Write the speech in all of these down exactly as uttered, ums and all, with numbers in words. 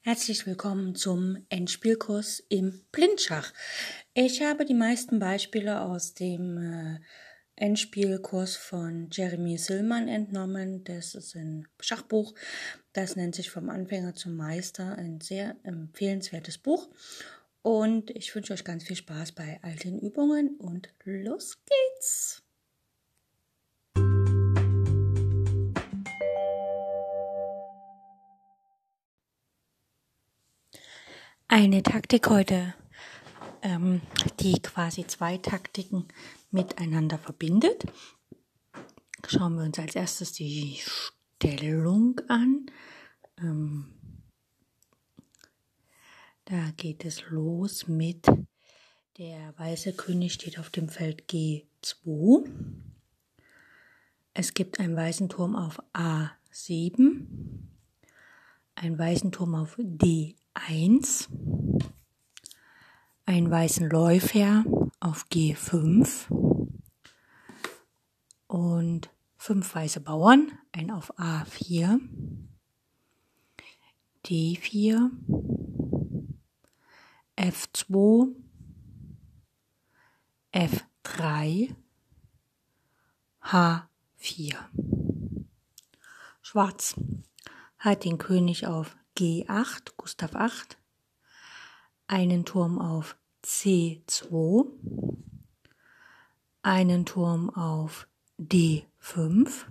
Herzlich willkommen zum Endspielkurs im Blindschach. Ich habe die meisten Beispiele aus dem äh, Endspielkurs von Jeremy Silman entnommen. Das ist ein Schachbuch, das nennt sich Vom Anfänger zum Meister, ein sehr empfehlenswertes Buch. Und ich wünsche euch ganz viel Spaß bei all den Übungen und los geht's! Eine Taktik heute, ähm, die quasi zwei Taktiken miteinander verbindet. Schauen wir uns als erstes die Stellung an. Ähm, da geht es los mit der weiße König steht auf dem Feld G zwei. Es gibt einen weißen Turm auf A sieben, einen weißen Turm auf D eins, einen weißen Läufer auf G fünf und fünf weiße Bauern, ein auf A vier, D vier, F zwei, F drei, H vier. Schwarz hat den König auf G acht, Gustav acht, einen Turm auf C zwei, einen Turm auf D fünf,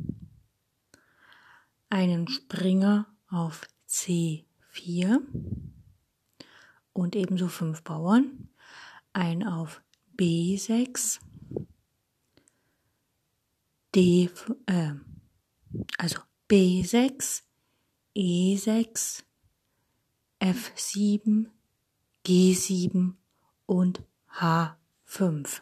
einen Springer auf C vier und ebenso fünf Bauern, ein auf B sechs, D, äh, also B sechs, E sechs, F sieben, G sieben und H fünf.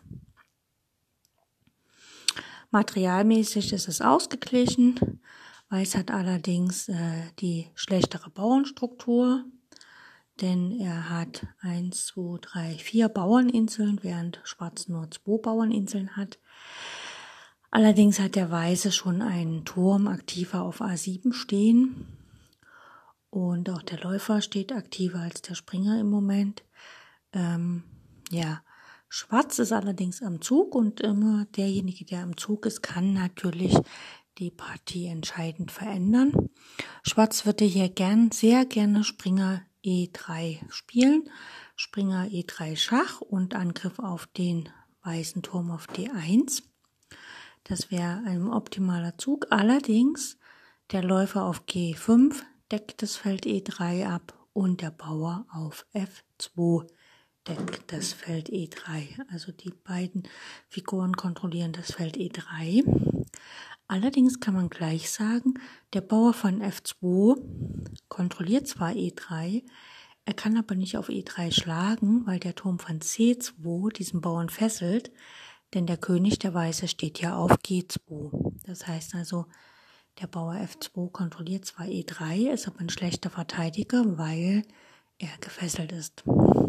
Materialmäßig ist es ausgeglichen. Weiß hat allerdings äh, die schlechtere Bauernstruktur, denn er hat eins, zwei, drei, vier Bauerninseln, während Schwarz nur zwei Bauerninseln hat. Allerdings hat der Weiße schon einen Turm aktiver auf A sieben stehen und auch der Läufer steht aktiver als der Springer im Moment. Ähm, ja, Schwarz ist allerdings am Zug und immer derjenige, der am Zug ist, kann natürlich die Partie entscheidend verändern. Schwarz würde hier gern, sehr gerne Springer E drei spielen, Springer E drei Schach und Angriff auf den weißen Turm auf D eins. Das wäre ein optimaler Zug. Allerdings der Läufer auf G fünf deckt das Feld E drei ab und der Bauer auf F zwei deckt das Feld E drei. Also die beiden Figuren kontrollieren das Feld E drei. Allerdings kann man gleich sagen, der Bauer von F zwei kontrolliert zwar E drei, er kann aber nicht auf E drei schlagen, weil der Turm von C zwei diesen Bauern fesselt, denn der König, der Weiße, steht ja auf G zwei. Das heißt also, der Bauer F zwei kontrolliert zwar E drei, ist aber ein schlechter Verteidiger, weil er gefesselt ist.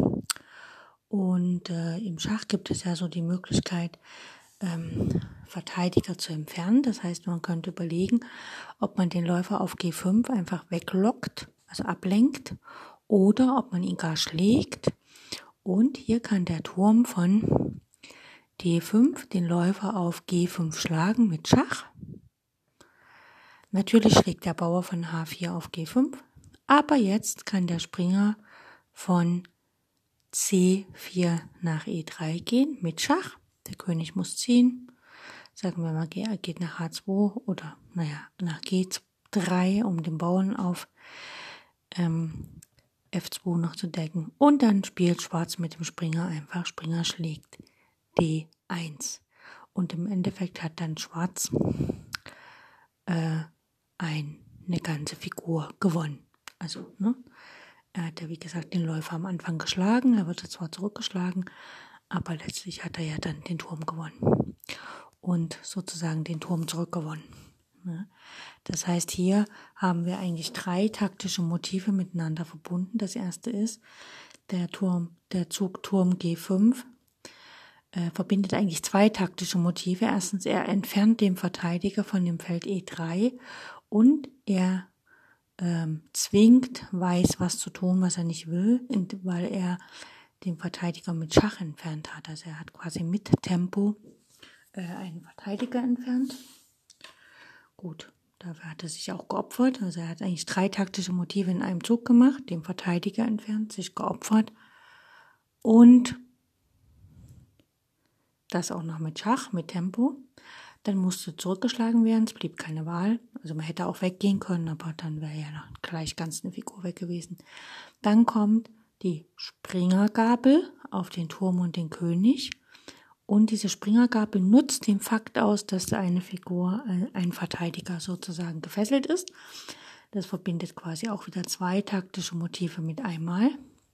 Und äh, im Schach gibt es ja so die Möglichkeit, ähm, Verteidiger zu entfernen. Das heißt, man könnte überlegen, ob man den Läufer auf G fünf einfach weglockt, also ablenkt, oder ob man ihn gar schlägt. Und hier kann der Turm von D fünf den Läufer auf G fünf schlagen mit Schach. Natürlich schlägt der Bauer von H vier auf G fünf, aber jetzt kann der Springer von C vier nach E drei gehen mit Schach. Der König muss ziehen. Sagen wir mal, er geht nach H zwei oder naja, nach G drei, um den Bauern auf ähm, F zwei noch zu decken. Und dann spielt Schwarz mit dem Springer einfach. Springer schlägt D eins. Und im Endeffekt hat dann Schwarz äh, ein, eine ganze Figur gewonnen. Also, ne? Er hat ja, wie gesagt, den Läufer am Anfang geschlagen. Er wird zwar zurückgeschlagen, aber letztlich hat er ja dann den Turm gewonnen. Und sozusagen den Turm zurückgewonnen. Ne? Das heißt, hier haben wir eigentlich drei taktische Motive miteinander verbunden. Das erste ist, der Turm, der Zug Turm G fünf äh, verbindet eigentlich zwei taktische Motive. Erstens, er entfernt den Verteidiger von dem Feld E drei und er ähm, zwingt, Weiß was zu tun, was er nicht will, weil er den Verteidiger mit Schach entfernt hat. Also er hat quasi mit Tempo äh, einen Verteidiger entfernt. Gut, dafür hat er sich auch geopfert. Also er hat eigentlich drei taktische Motive in einem Zug gemacht, den Verteidiger entfernt, sich geopfert und das auch noch mit Schach, mit Tempo. Dann musste zurückgeschlagen werden, es blieb keine Wahl. Also man hätte auch weggehen können, aber dann wäre ja noch gleich ganz eine Figur weg gewesen. Dann kommt die Springergabel auf den Turm und den König. Und diese Springergabel nutzt den Fakt aus, dass eine Figur, ein Verteidiger sozusagen gefesselt ist. Das verbindet quasi auch wieder zwei taktische Motive mit einmal.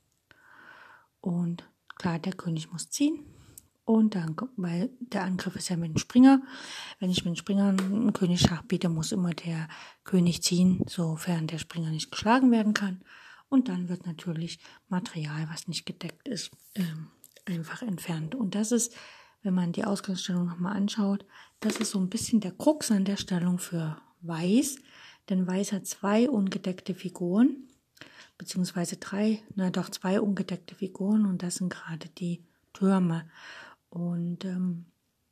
Und klar, der König muss ziehen. Und dann, weil der Angriff ist ja mit dem Springer. Wenn ich mit dem Springer einen König Schach biete, muss immer der König ziehen, sofern der Springer nicht geschlagen werden kann. Und dann wird natürlich Material, was nicht gedeckt ist, ähm, einfach entfernt. Und das ist, wenn man die Ausgangsstellung nochmal anschaut, das ist so ein bisschen der Krux an der Stellung für Weiß. Denn Weiß hat zwei ungedeckte Figuren, beziehungsweise drei, na doch zwei ungedeckte Figuren. Und das sind gerade die Türme. Und ähm,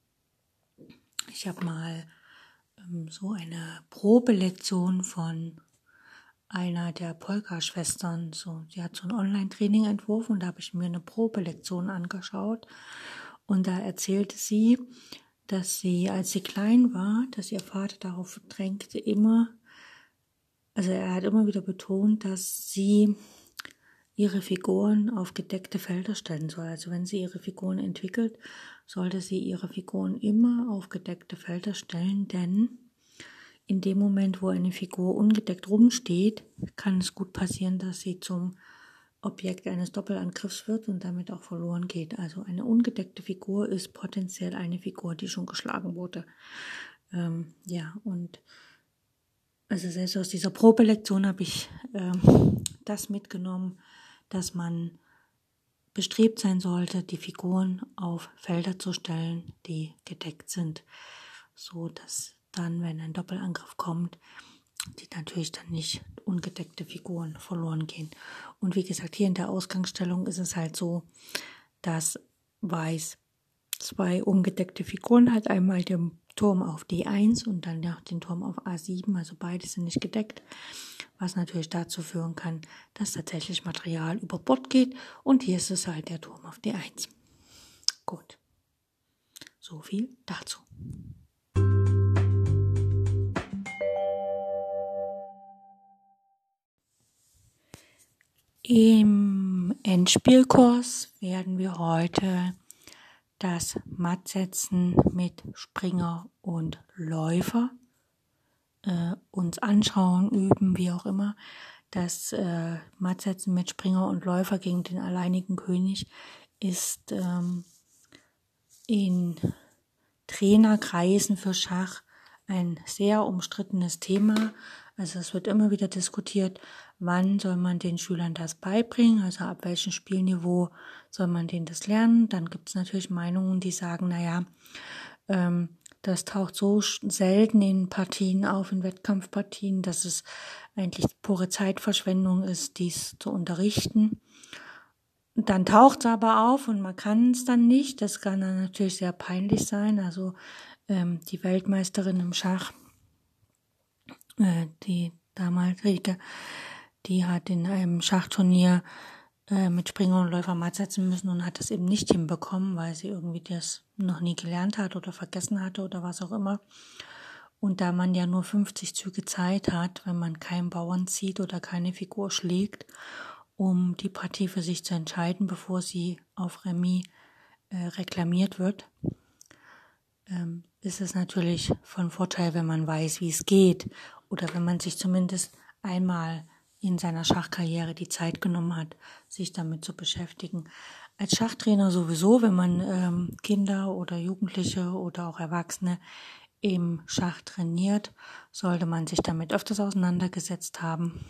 ich habe mal ähm, so eine Probelektion von einer der Polka-Schwestern, so, sie hat so ein Online-Training entworfen und da habe ich mir eine Probelektion angeschaut und da erzählte sie, dass sie, als sie klein war, dass ihr Vater darauf drängte, immer, also er hat immer wieder betont, dass sie ihre Figuren auf gedeckte Felder stellen soll. Also wenn sie ihre Figuren entwickelt, sollte sie ihre Figuren immer auf gedeckte Felder stellen, denn in dem Moment, wo eine Figur ungedeckt rumsteht, kann es gut passieren, dass sie zum Objekt eines Doppelangriffs wird und damit auch verloren geht. Also eine ungedeckte Figur ist potenziell eine Figur, die schon geschlagen wurde. Ähm, ja, und also selbst aus dieser Probelektion habe ich ähm, das mitgenommen, dass man bestrebt sein sollte, die Figuren auf Felder zu stellen, die gedeckt sind, so dass dann, wenn ein Doppelangriff kommt, die natürlich dann nicht ungedeckte Figuren verloren gehen. Und wie gesagt, hier in der Ausgangsstellung ist es halt so, dass Weiß zwei ungedeckte Figuren hat, einmal den Turm auf D eins und dann noch den Turm auf A sieben, also beide sind nicht gedeckt, was natürlich dazu führen kann, dass tatsächlich Material über Bord geht und hier ist es halt der Turm auf D eins. Gut, so viel dazu. Im Endspielkurs werden wir heute das Mattsetzen mit Springer und Läufer äh, uns anschauen, üben, wie auch immer. Das äh, Mattsetzen mit Springer und Läufer gegen den alleinigen König ist ähm, in Trainerkreisen für Schach ein sehr umstrittenes Thema. Also es wird immer wieder diskutiert, wann soll man den Schülern das beibringen, also ab welchem Spielniveau soll man denen das lernen. Dann gibt es natürlich Meinungen, die sagen, naja, ähm, das taucht so selten in Partien auf, in Wettkampfpartien, dass es eigentlich pure Zeitverschwendung ist, dies zu unterrichten. Dann taucht es aber auf und man kann es dann nicht. Das kann dann natürlich sehr peinlich sein. Also ähm, die Weltmeisterin im Schach, äh, die damalige, die hat in einem Schachturnier äh, mit Springer und Läufer matt setzen müssen und hat das eben nicht hinbekommen, weil sie irgendwie das noch nie gelernt hat oder vergessen hatte oder was auch immer. Und da man ja nur fünfzig Züge Zeit hat, wenn man keinen Bauern zieht oder keine Figur schlägt, um die Partie für sich zu entscheiden, bevor sie auf Remis äh, reklamiert wird, ähm, ist es natürlich von Vorteil, wenn man weiß, wie es geht oder wenn man sich zumindest einmal in seiner Schachkarriere die Zeit genommen hat, sich damit zu beschäftigen. Als Schachtrainer sowieso, wenn man ähm, Kinder oder Jugendliche oder auch Erwachsene im Schach trainiert, sollte man sich damit öfters auseinandergesetzt haben.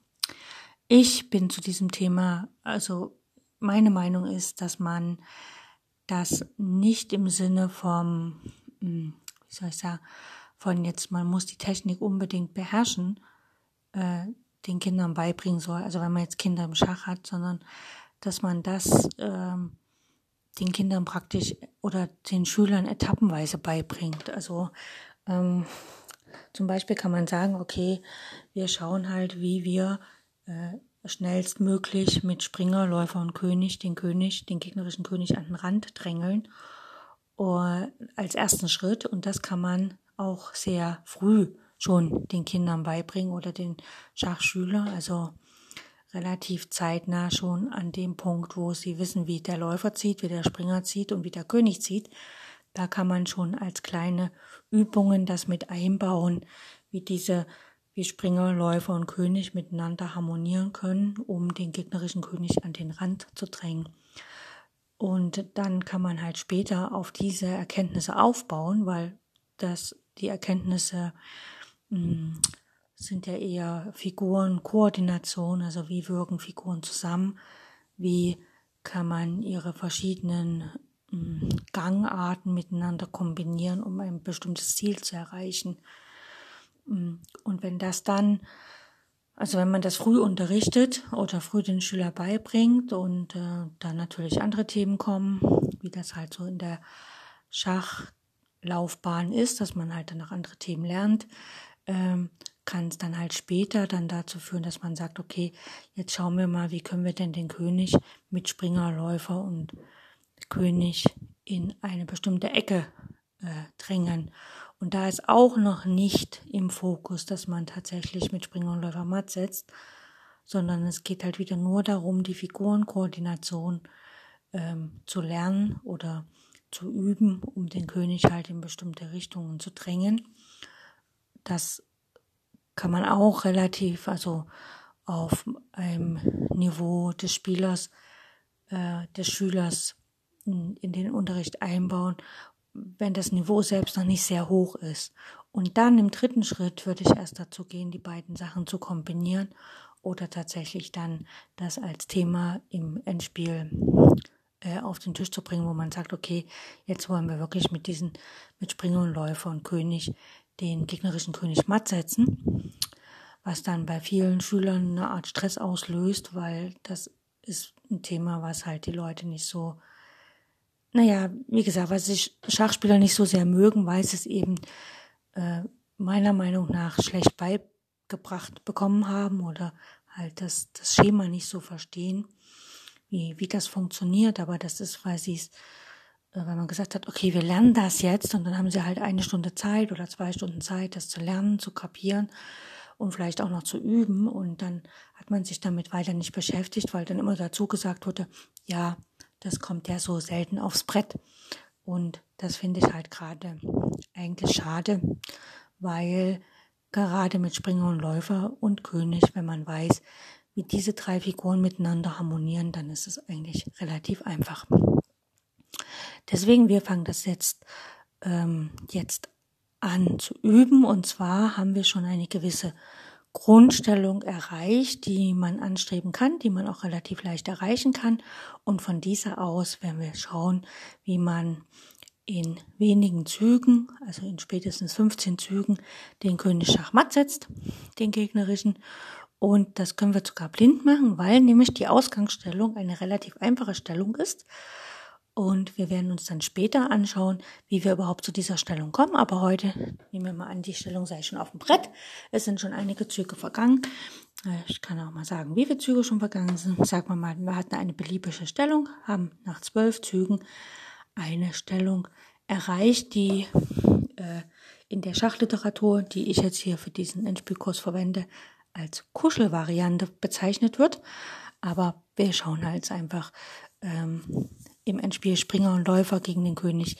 Ich bin zu diesem Thema, also meine Meinung ist, dass man das nicht im Sinne vom, wie soll ich sagen, von jetzt, man muss die Technik unbedingt beherrschen, äh, den Kindern beibringen soll, also wenn man jetzt Kinder im Schach hat, sondern dass man das ähm, den Kindern praktisch oder den Schülern etappenweise beibringt. Also ähm, zum Beispiel kann man sagen, okay, wir schauen halt, wie wir äh, schnellstmöglich mit Springer, Läufer und König den König, den gegnerischen König an den Rand drängeln uh, als ersten Schritt. Und das kann man auch sehr früh schon den Kindern beibringen oder den Schachschülern, also relativ zeitnah schon an dem Punkt, wo sie wissen, wie der Läufer zieht, wie der Springer zieht und wie der König zieht. Da kann man schon als kleine Übungen das mit einbauen, wie diese, wie Springer, Läufer und König miteinander harmonieren können, um den gegnerischen König an den Rand zu drängen. Und dann kann man halt später auf diese Erkenntnisse aufbauen, weil das die Erkenntnisse mh, sind ja eher Figurenkoordination, also wie wirken Figuren zusammen, wie kann man ihre verschiedenen mh, Gangarten miteinander kombinieren, um ein bestimmtes Ziel zu erreichen. Und wenn das dann, also wenn man das früh unterrichtet oder früh den Schüler beibringt und äh, dann natürlich andere Themen kommen, wie das halt so in der Schachlaufbahn ist, dass man halt dann noch andere Themen lernt, ähm, kann es dann halt später dann dazu führen, dass man sagt, okay, jetzt schauen wir mal, wie können wir denn den König mit Springer, Läufer und König in eine bestimmte Ecke äh, drängen. Und da ist auch noch nicht im Fokus, dass man tatsächlich mit Springer und Läufer matt setzt, sondern es geht halt wieder nur darum, die Figurenkoordination ähm, zu lernen oder zu üben, um den König halt in bestimmte Richtungen zu drängen. Das kann man auch relativ, also auf einem Niveau des Spielers, äh, des Schülers in, in den Unterricht einbauen, wenn das Niveau selbst noch nicht sehr hoch ist. Und dann im dritten Schritt würde ich erst dazu gehen, die beiden Sachen zu kombinieren oder tatsächlich dann das als Thema im Endspiel äh, auf den Tisch zu bringen, wo man sagt, okay, jetzt wollen wir wirklich mit diesen, mit Springer und Läufer und König den gegnerischen König matt setzen, was dann bei vielen Schülern eine Art Stress auslöst, weil das ist ein Thema, was halt die Leute nicht so, naja, wie gesagt, was sich Schachspieler nicht so sehr mögen, weil sie es eben äh, meiner Meinung nach schlecht beigebracht bekommen haben oder halt das, das Schema nicht so verstehen, wie, wie das funktioniert. Aber das ist, weil sie es, äh, weil man gesagt hat, okay, wir lernen das jetzt und dann haben sie halt eine Stunde Zeit oder zwei Stunden Zeit, das zu lernen, zu kapieren und vielleicht auch noch zu üben. Und dann hat man sich damit weiter nicht beschäftigt, weil dann immer dazu gesagt wurde, ja, das kommt ja so selten aufs Brett. Und das finde ich halt gerade eigentlich schade, weil gerade mit Springer und Läufer und König, wenn man weiß, wie diese drei Figuren miteinander harmonieren, dann ist es eigentlich relativ einfach. Deswegen, wir fangen das jetzt, ähm, jetzt an zu üben. Und zwar haben wir schon eine gewisse Grundstellung erreicht, die man anstreben kann, die man auch relativ leicht erreichen kann. Und von dieser aus werden wir schauen, wie man in wenigen Zügen, also in spätestens fünfzehn Zügen, den König schachmatt setzt, den gegnerischen. Und das können wir sogar blind machen, weil nämlich die Ausgangsstellung eine relativ einfache Stellung ist. Und wir werden uns dann später anschauen, wie wir überhaupt zu dieser Stellung kommen. Aber heute nehmen wir mal an, die Stellung sei schon auf dem Brett. Es sind schon einige Züge vergangen. Ich kann auch mal sagen, wie viele Züge schon vergangen sind. Sagen wir mal, wir hatten eine beliebige Stellung, haben nach zwölf Zügen eine Stellung erreicht, die äh, in der Schachliteratur, die ich jetzt hier für diesen Endspielkurs verwende, als Kuschelvariante bezeichnet wird. Aber wir schauen halt einfach ähm, im Endspiel Springer und Läufer gegen den König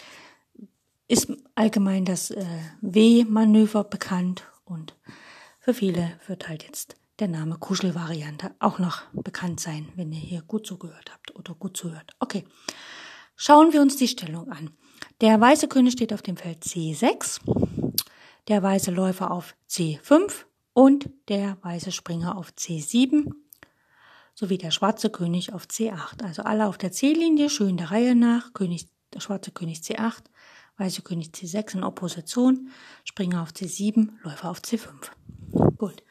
ist allgemein das äh, W-Manöver bekannt und für viele wird halt jetzt der Name Kuschelvariante auch noch bekannt sein, wenn ihr hier gut zugehört habt oder gut zuhört. Okay, schauen wir uns die Stellung an. Der weiße König steht auf dem Feld C sechs, der weiße Läufer auf C fünf und der weiße Springer auf C sieben. Sowie der schwarze König auf C acht. Also alle auf der C-Linie, schön der Reihe nach. König, der schwarze König C acht, weiße König C sechs in Opposition, Springer auf C sieben, Läufer auf C fünf. Gut.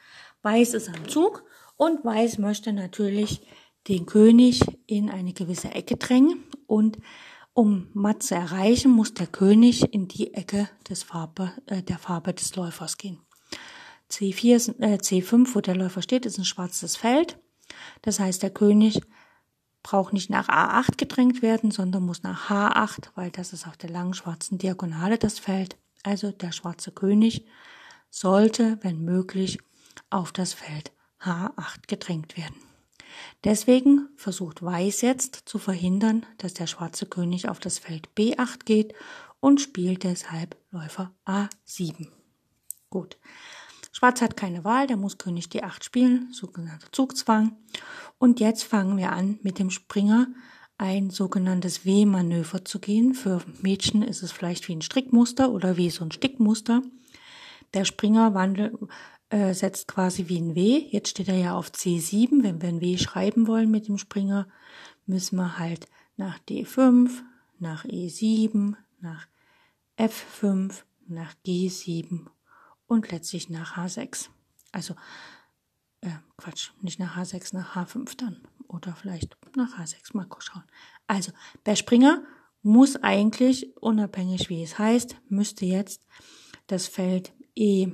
Weiß ist am Zug und Weiß möchte natürlich den König in eine gewisse Ecke drängen und um Matt zu erreichen, muss der König in die Ecke des Farbe, äh, der Farbe des Läufers gehen. C vier, äh, C fünf, wo der Läufer steht, ist ein schwarzes Feld. Das heißt, der König braucht nicht nach A acht gedrängt werden, sondern muss nach H acht, weil das ist auf der langen schwarzen Diagonale das Feld. Also der schwarze König sollte, wenn möglich, auf das Feld H acht gedrängt werden. Deswegen versucht Weiß jetzt zu verhindern, dass der schwarze König auf das Feld B acht geht und spielt deshalb Läufer A sieben. Gut. Schwarz hat keine Wahl, der muss König D acht spielen, sogenannter Zugzwang. Und jetzt fangen wir an, mit dem Springer ein sogenanntes W-Manöver zu gehen. Für Mädchen ist es vielleicht wie ein Strickmuster oder wie so ein Stickmuster. Der Springer wandelt, äh, setzt quasi wie ein W. Jetzt steht er ja auf C sieben. Wenn wir ein W schreiben wollen mit dem Springer, müssen wir halt nach D fünf, nach E sieben, nach F fünf, nach G sieben und letztlich nach H sechs. Also, äh, Quatsch, nicht nach H sechs, nach H fünf dann. Oder vielleicht nach H sechs, mal schauen. Also, der Springer muss eigentlich, unabhängig wie es heißt, müsste jetzt das Feld E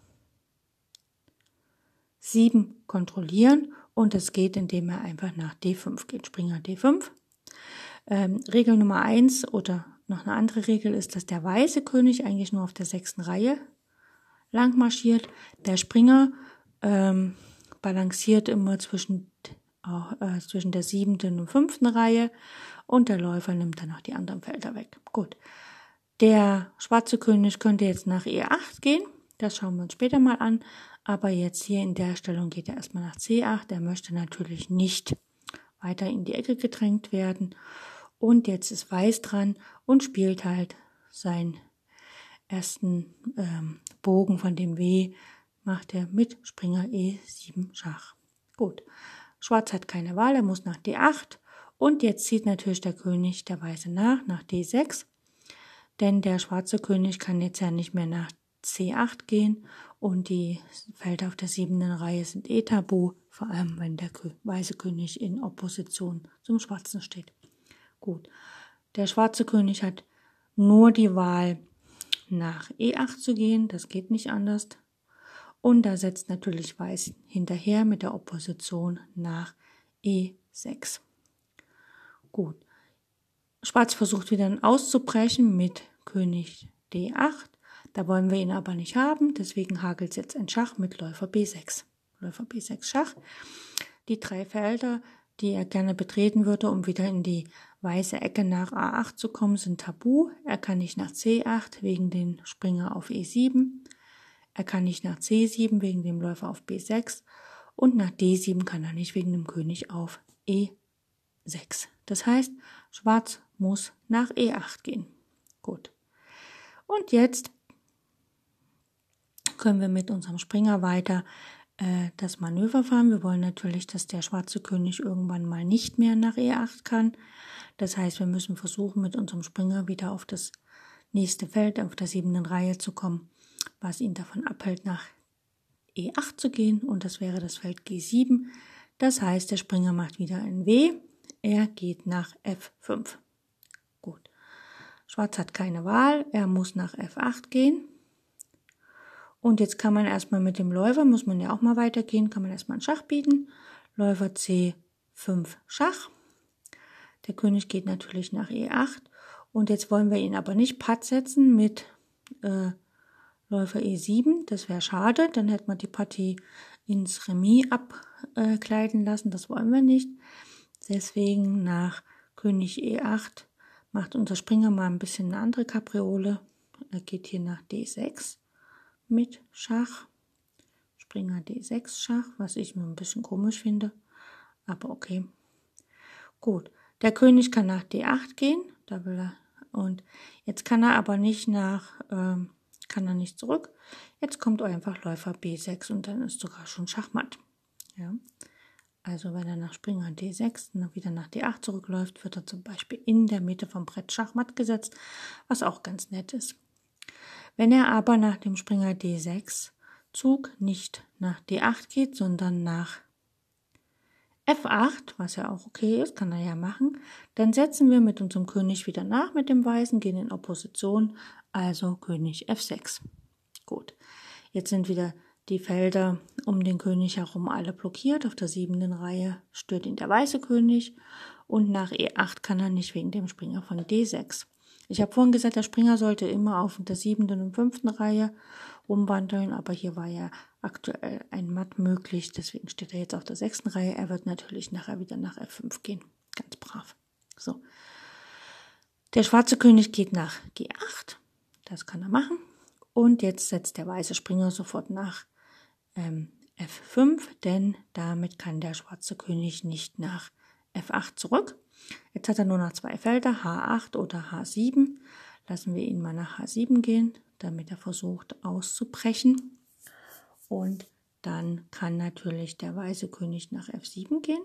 sieben kontrollieren und es geht, indem er einfach nach D fünf geht. Springer D fünf. Ähm, Regel Nummer eins oder noch eine andere Regel ist, dass der weiße König eigentlich nur auf der sechsten Reihe lang marschiert. Der Springer ähm, balanciert immer zwischen, äh, zwischen der siebten und fünften Reihe und der Läufer nimmt dann auch die anderen Felder weg. Gut. Der schwarze König könnte jetzt nach E acht gehen. Das schauen wir uns später mal an. Aber jetzt hier in der Stellung geht er erstmal nach C acht. Er möchte natürlich nicht weiter in die Ecke gedrängt werden. Und jetzt ist Weiß dran und spielt halt seinen ersten ähm, Bogen von dem W, macht er mit Springer E sieben Schach. Gut, Schwarz hat keine Wahl, er muss nach D acht und jetzt zieht natürlich der König der Weiße nach, nach D sechs, denn der schwarze König kann jetzt ja nicht mehr nach C acht gehen und die Felder auf der siebten Reihe sind eh tabu, vor allem wenn der weiße König in Opposition zum schwarzen steht. Gut, der schwarze König hat nur die Wahl, nach E acht zu gehen, das geht nicht anders. Und da setzt natürlich Weiß hinterher mit der Opposition nach E sechs. Gut. Schwarz versucht wieder auszubrechen mit König D acht. Da wollen wir ihn aber nicht haben, deswegen hagelt es jetzt ein Schach mit Läufer B sechs. Läufer B sechs Schach. Die drei Felder, die er gerne betreten würde, um wieder in die weiße Ecke nach A acht zu kommen, sind tabu. Er kann nicht nach C acht wegen dem Springer auf E sieben. Er kann nicht nach C sieben wegen dem Läufer auf B sechs. Und nach D sieben kann er nicht wegen dem König auf E sechs. Das heißt, Schwarz muss nach E acht gehen. Gut. Und jetzt können wir mit unserem Springer weiter äh, das Manöver fahren. Wir wollen natürlich, dass der schwarze König irgendwann mal nicht mehr nach E acht kann. Das heißt, wir müssen versuchen, mit unserem Springer wieder auf das nächste Feld, auf der siebten Reihe zu kommen, was ihn davon abhält, nach E acht zu gehen. Und das wäre das Feld G sieben. Das heißt, der Springer macht wieder ein W. Er geht nach F fünf. Gut. Schwarz hat keine Wahl. Er muss nach F acht gehen. Und jetzt kann man erstmal mit dem Läufer, muss man ja auch mal weitergehen, kann man erstmal einen Schach bieten. Läufer C fünf Schach. Der König geht natürlich nach E acht. Und jetzt wollen wir ihn aber nicht Patt setzen mit äh, Läufer E sieben. Das wäre schade, dann hätte man die Partie ins Remis abgleiten lassen. Das wollen wir nicht. Deswegen nach König E acht macht unser Springer mal ein bisschen eine andere Kapriole. Er geht hier nach D sechs mit Schach. Springer D sechs Schach, was ich mir ein bisschen komisch finde. Aber okay. Gut. Der König kann nach D acht gehen. Da will er. Und jetzt kann er aber nicht nach, ähm, kann er nicht zurück. Jetzt kommt einfach Läufer B sechs und dann ist sogar schon Schachmatt. Ja. Also wenn er nach Springer D sechs wieder nach D acht zurückläuft, wird er zum Beispiel in der Mitte vom Brett Schachmatt gesetzt, was auch ganz nett ist. Wenn er aber nach dem Springer D sechs Zug nicht nach D acht geht, sondern nach F acht, was ja auch okay ist, kann er ja machen. Dann setzen wir mit unserem König wieder nach mit dem Weißen, gehen in Opposition, also König F sechs. Gut, jetzt sind wieder die Felder um den König herum alle blockiert. Auf der siebenten Reihe stört ihn der weiße König und nach E acht kann er nicht wegen dem Springer von D sechs. Ich habe vorhin gesagt, der Springer sollte immer auf der siebten und fünften Reihe rumwandeln, aber hier war ja aktuell ein Matt möglich, deswegen steht er jetzt auf der sechsten Reihe. Er wird natürlich nachher wieder nach F fünf gehen, ganz brav. So, der schwarze König geht nach G acht, das kann er machen. Und jetzt setzt der weiße Springer sofort nach ähm, F fünf, denn damit kann der schwarze König nicht nach F acht zurück. Jetzt hat er nur noch zwei Felder, H acht oder H sieben. Lassen wir ihn mal nach H sieben gehen, damit er versucht auszubrechen. Und dann kann natürlich der weiße König nach F sieben gehen.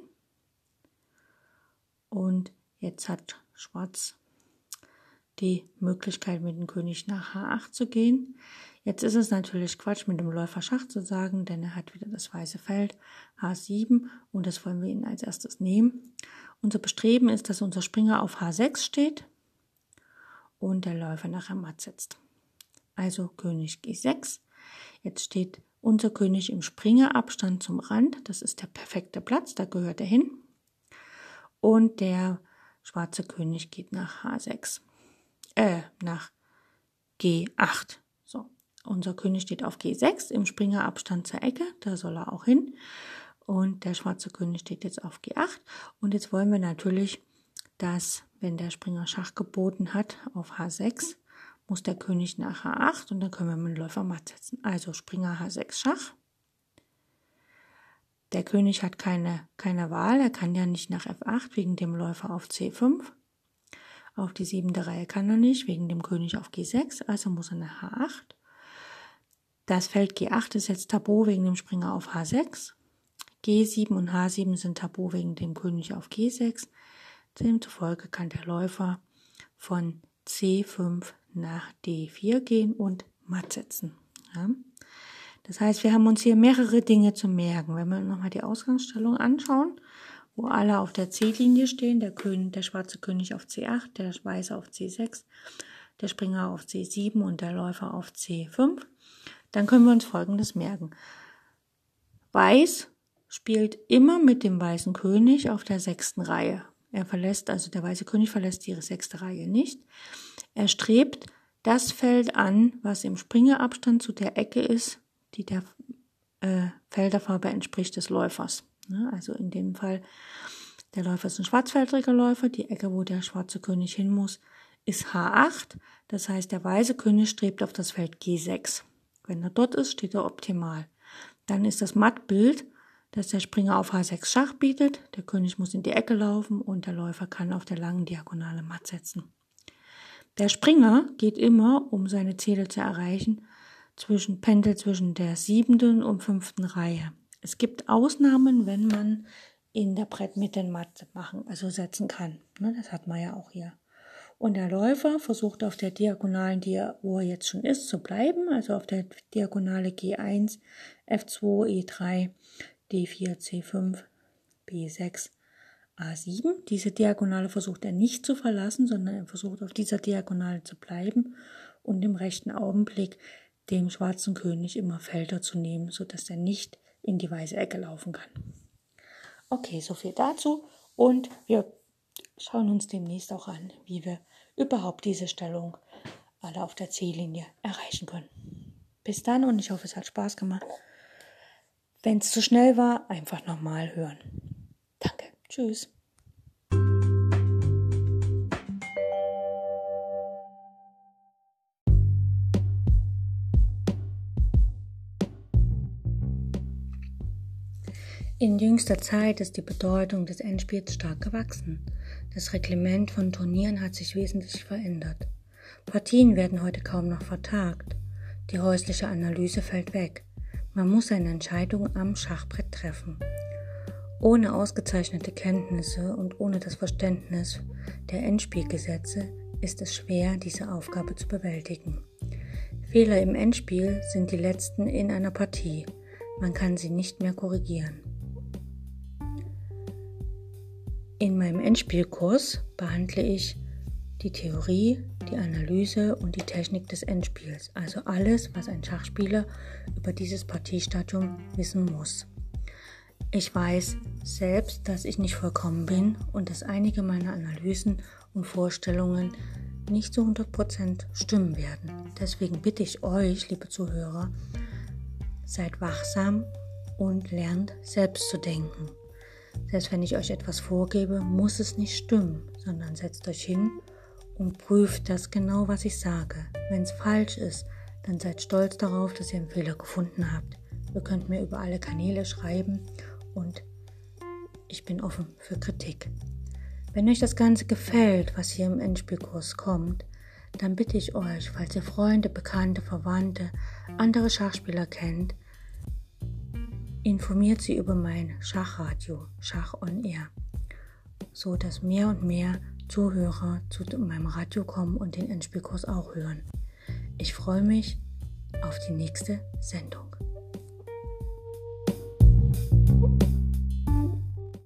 Und jetzt hat Schwarz die Möglichkeit, mit dem König nach H acht zu gehen. Jetzt ist es natürlich Quatsch, mit dem Läufer Schach zu sagen, denn er hat wieder das weiße Feld H sieben und das wollen wir ihn als erstes nehmen. Unser Bestreben ist, dass unser Springer auf H sechs steht und der Läufer nachher matt setzt. Also König G sechs. Jetzt steht unser König im Springerabstand zum Rand. Das ist der perfekte Platz, da gehört er hin. Und der schwarze König geht nach H sechs. Äh, nach G acht. So, unser König steht auf G sechs im Springerabstand zur Ecke, da soll er auch hin. Und der schwarze König steht jetzt auf G acht. Und jetzt wollen wir natürlich, dass, wenn der Springer Schach geboten hat auf H sechs, muss der König nach H acht und dann können wir mit dem Läufer matt setzen. Also Springer H sechs Schach. Der König hat keine, keine Wahl, er kann ja nicht nach F acht wegen dem Läufer auf C fünf. Auf die siebte Reihe kann er nicht, wegen dem König auf G sechs, also muss er nach H acht. Das Feld G acht ist jetzt tabu wegen dem Springer auf H sechs. G sieben und H sieben sind tabu wegen dem König auf G sechs. Demzufolge kann der Läufer von C fünf nach D vier gehen und matt setzen. Ja. Das heißt, wir haben uns hier mehrere Dinge zu merken. Wenn wir nochmal die Ausgangsstellung anschauen, wo alle auf der C-Linie stehen, der, König, der schwarze König auf C acht, der weiße auf C sechs, der Springer auf C sieben und der Läufer auf C fünf, dann können wir uns Folgendes merken. Weiß spielt immer mit dem weißen König auf der sechsten Reihe. Er verlässt, also der weiße König verlässt die sechste Reihe nicht. Er strebt das Feld an, was im Springerabstand zu der Ecke ist, die der äh, Felderfarbe entspricht des Läufers. Ne? Also in dem Fall, der Läufer ist ein schwarzfeldriger Läufer, die Ecke, wo der schwarze König hin muss, ist H acht. Das heißt, der weiße König strebt auf das Feld G sechs. Wenn er dort ist, steht er optimal. Dann ist das Mattbild, dass der Springer auf H sechs Schach bietet, der König muss in die Ecke laufen und der Läufer kann auf der langen Diagonale matt setzen. Der Springer geht immer, um seine Ziele zu erreichen, zwischen Pendel zwischen der siebten und fünften Reihe. Es gibt Ausnahmen, wenn man in der Brettmitte matt machen, also setzen kann. Das hat man ja auch hier. Und der Läufer versucht auf der Diagonalen, die er, wo er jetzt schon ist, zu bleiben, also auf der Diagonale G eins, F zwei, E drei, D vier, C fünf, B sechs, A sieben. Diese Diagonale versucht er nicht zu verlassen, sondern er versucht auf dieser Diagonale zu bleiben und im rechten Augenblick dem schwarzen König immer Felder zu nehmen, sodass er nicht in die weiße Ecke laufen kann. Okay, so viel dazu und wir schauen uns demnächst auch an, wie wir überhaupt diese Stellung alle auf der C-Linie erreichen können. Bis dann und ich hoffe, es hat Spaß gemacht. Wenn es zu schnell war, einfach nochmal hören. Danke. Tschüss. In jüngster Zeit ist die Bedeutung des Endspiels stark gewachsen. Das Reglement von Turnieren hat sich wesentlich verändert. Partien werden heute kaum noch vertagt. Die häusliche Analyse fällt weg. Man muss seine Entscheidung am Schachbrett treffen. Ohne ausgezeichnete Kenntnisse und ohne das Verständnis der Endspielgesetze ist es schwer, diese Aufgabe zu bewältigen. Fehler im Endspiel sind die letzten in einer Partie. Man kann sie nicht mehr korrigieren. In meinem Endspielkurs behandle ich die Theorie, die Analyse und die Technik des Endspiels, also alles, was ein Schachspieler über dieses Partiestadium wissen muss. Ich weiß selbst, dass ich nicht vollkommen bin und dass einige meiner Analysen und Vorstellungen nicht zu hundert Prozent stimmen werden. Deswegen bitte ich euch, liebe Zuhörer, seid wachsam und lernt selbst zu denken. Selbst wenn ich euch etwas vorgebe, muss es nicht stimmen, sondern setzt euch hin und prüft das genau, was ich sage. Wenn es falsch ist, dann seid stolz darauf, dass ihr einen Fehler gefunden habt. Ihr könnt mir über alle Kanäle schreiben und ich bin offen für Kritik. Wenn euch das Ganze gefällt, was hier im Endspielkurs kommt, dann bitte ich euch, falls ihr Freunde, Bekannte, Verwandte, andere Schachspieler kennt, informiert sie über mein Schachradio, Schach on Air, so dass mehr und mehr Zuhörer zu meinem Radio kommen und den Endspielkurs auch hören. Ich freue mich auf die nächste Sendung.